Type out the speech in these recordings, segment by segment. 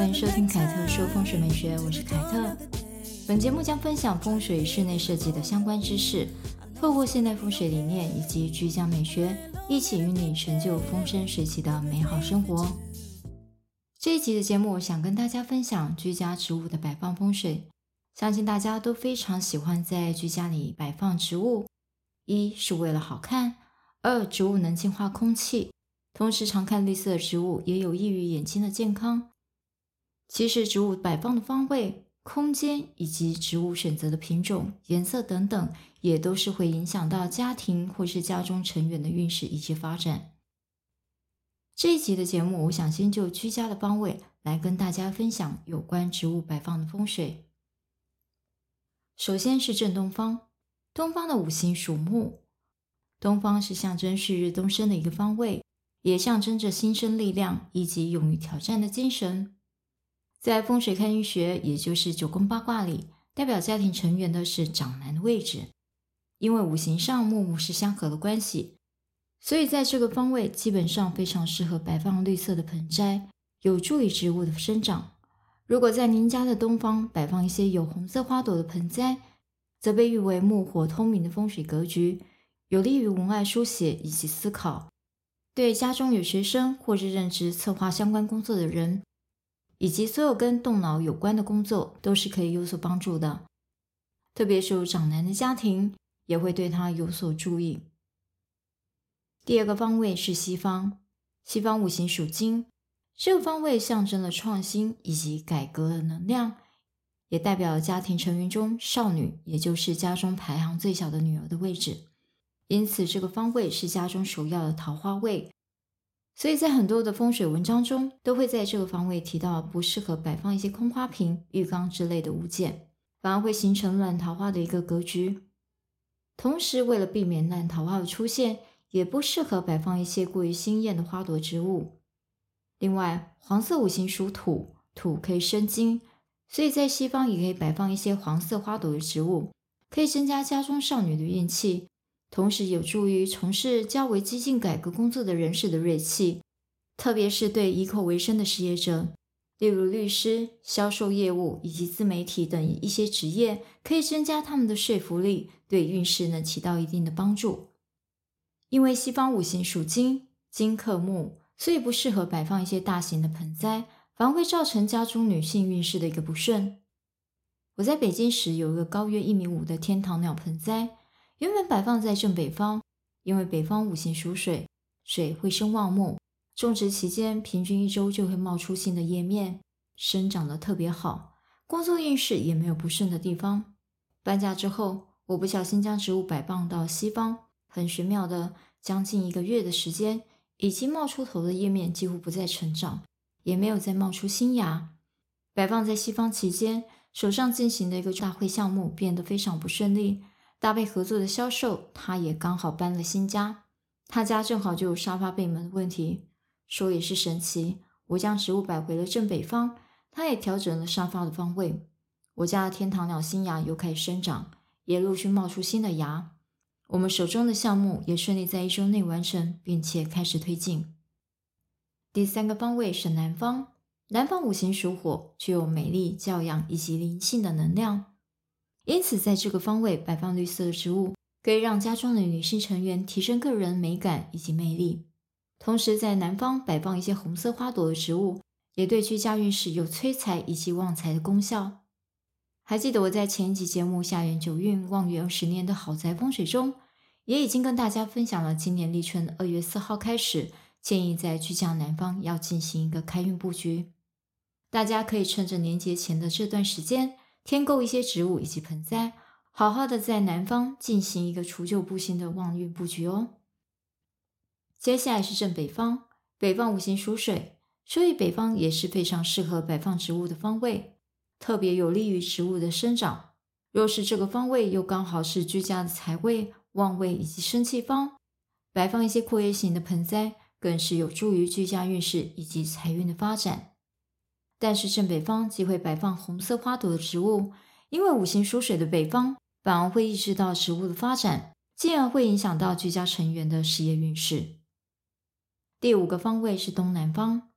迎收听凯特说风水美学，我是凯特。本节目将分享风水室内设计的相关知识，透过现代风水理念以及居家美学，一起与你成就风生水起的美好生活。这一集的节目，我想跟大家分享居家植物的摆放风水。相信大家都非常喜欢在居家里摆放植物，一是为了好看，二植物能净化空气，同时常看绿色的植物也有益于眼睛的健康。其实植物摆放的方位、空间以及植物选择的品种、颜色等等，也都是会影响到家庭或是家中成员的运势以及发展。这一集的节目，我想先就居家的方位来跟大家分享有关植物摆放的风水。首先是正东方，东方的五行属木，东方是象征旭日东升的一个方位，也象征着新生力量以及勇于挑战的精神。在风水看运学，也就是九宫八卦里，代表家庭成员的是长男的位置。因为五行上木是相合的关系，所以在这个方位基本上非常适合摆放绿色的盆栽，有助于植物的生长。如果在您家的东方摆放一些有红色花朵的盆栽，则被誉为木火通明的风水格局，有利于文案书写以及思考。对家中有学生或是任职策划相关工作的人，以及所有跟动脑有关的工作，都是可以有所帮助的。特别是有长男的家庭，也会对他有所注意。第二个方位是西方，西方五行属金，这个方位象征了创新以及改革的能量，也代表了家庭成员中少女，也就是家中排行最小的女儿的位置。因此这个方位是家中首要的桃花位，所以在很多的风水文章中都会在这个方位提到不适合摆放一些空花瓶、浴缸之类的物件，反而会形成烂桃花的一个格局。同时为了避免烂桃花的出现，也不适合摆放一些过于鲜艳的花朵植物。另外黄色五行属土，土可以生金，所以在西方也可以摆放一些黄色花朵的植物，可以增加家中少女的运气，同时有助于从事较为激进改革工作的人士的锐气，特别是对以口为生的事业者，例如律师、销售业务以及自媒体等一些职业，可以增加他们的说服力，对运势能起到一定的帮助。因为西方五行属金，金克木，所以不适合摆放一些大型的盆栽，反而会造成家中女性运势的一个不顺。我在北京时有一个高约1.5米的天堂鸟盆栽，原本摆放在正北方，因为北方五行属水，水会生旺木，种植期间平均1周就会冒出新的叶面，生长得特别好，工作运势也没有不顺的地方。搬家之后，我不小心将植物摆放到西方，很玄妙的将近1个月的时间，已经冒出头的叶面几乎不再成长，也没有再冒出新芽。摆放在西方期间，手上进行的一个大会项目变得非常不顺利，搭配合作的销售，他也刚好搬了新家，他家正好就有沙发背门的问题。说也是神奇，我将植物摆回了正北方，他也调整了沙发的方位，我家的天堂鸟新芽又开始生长，也陆续冒出新的芽。我们手中的项目也顺利在1周内完成，并且开始推进。第三个方位是南方，南方五行属火，具有美丽、教养以及灵性的能量，因此在这个方位摆放绿色的植物，可以让家中的女性成员提升个人美感以及魅力。同时在南方摆放一些红色花朵的植物，也对居家运势有催财以及旺财的功效。还记得我在前一集节目下元九运旺运20年的好宅风水中，也已经跟大家分享了今年立春2月4号开始，建议在居家南方要进行一个开运布局。大家可以趁着年节前的这段时间，添购一些植物以及盆栽，好好的在南方进行一个除旧布新的旺运布局哦。接下来是正北方，北方五行属水，所以北方也是非常适合摆放植物的方位，特别有利于植物的生长。若是这个方位又刚好是居家的财位、旺位以及生气方，摆放一些阔叶型的盆栽，更是有助于居家运势以及财运的发展。但是正北方忌讳摆放红色花朵的植物，因为五行属水的北方反而会抑制到植物的发展，进而会影响到居家成员的事业运势。第5个方位是东南方，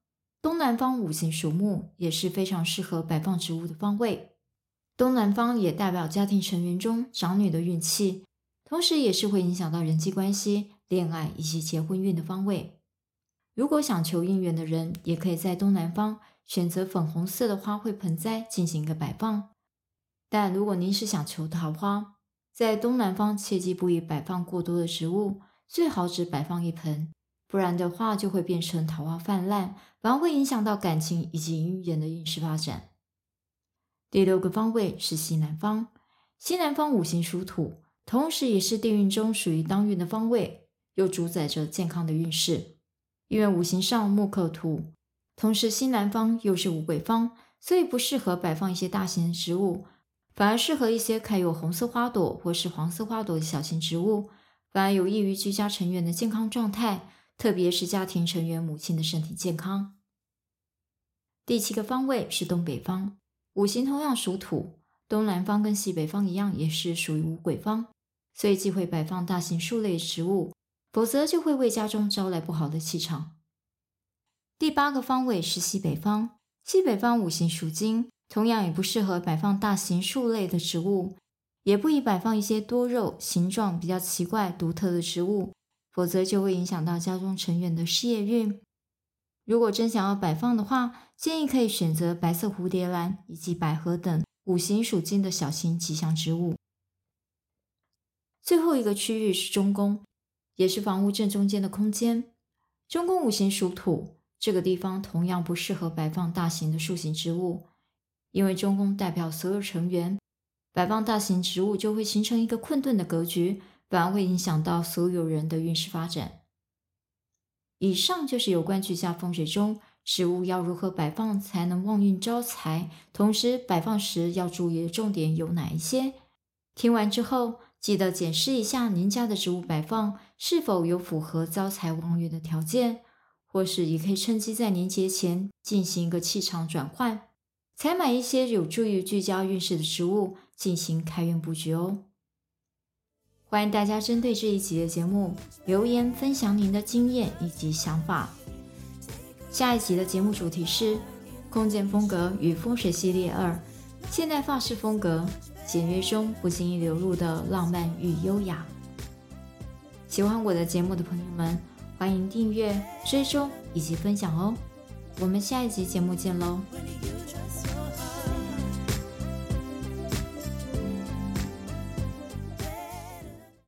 东南方五行属木，也是非常适合摆放植物的方位。东南方也代表家庭成员中长女的运气，同时也是会影响到人际关系、恋爱以及结婚运的方位。如果想求姻缘的人，也可以在东南方选择粉红色的花卉盆栽进行一个摆放。但如果您是想求桃花，在东南方切记不宜摆放过多的植物，最好只摆放一盆，不然的话就会变成桃花泛滥，反而会影响到感情以及姻缘的运势发展。第6个方位是西南方，西南方五行属土，同时也是地运中属于当运的方位，又主宰着健康的运势。因为五行上木克土，同时西南方又是五鬼方，所以不适合摆放一些大型的植物，反而适合一些开有红色花朵或是黄色花朵的小型植物，反而有益于居家成员的健康状态，特别是家庭成员母亲的身体健康。第7个方位是东北方，五行同样属土，东南方跟西北方一样，也是属于五鬼方，所以忌讳摆放大型树类植物，否则就会为家中招来不好的气场。第8个方位是西北方，西北方五行属金，同样也不适合摆放大型树类的植物，也不宜摆放一些多肉、形状比较奇怪、独特的植物，否则就会影响到家中成员的事业运。如果真想要摆放的话，建议可以选择白色蝴蝶兰以及百合等五行属金的小型吉祥植物。最后一个区域是中宫，也是房屋正中间的空间。中宫五行属土，这个地方同样不适合摆放大型的树形植物，因为中宫代表所有成员，摆放大型植物就会形成一个困顿的格局，反而会影响到所有人的运势发展。以上就是有关居家风水中植物要如何摆放才能旺运招财，同时摆放时要注意的重点有哪一些。听完之后，记得检视一下您家的植物摆放是否有符合招财旺运的条件，或是也可以趁机在年节前进行一个气场转换，采买一些有助于居家运势的植物进行开运布局哦。欢迎大家针对这一集的节目留言分享您的经验以及想法。下一集的节目主题是空间风格与风水系列2，现代法式风格，简约中不经意流露的浪漫与优雅。喜欢我的节目的朋友们，欢迎订阅、追踪以及分享哦。我们下一集节目见喽。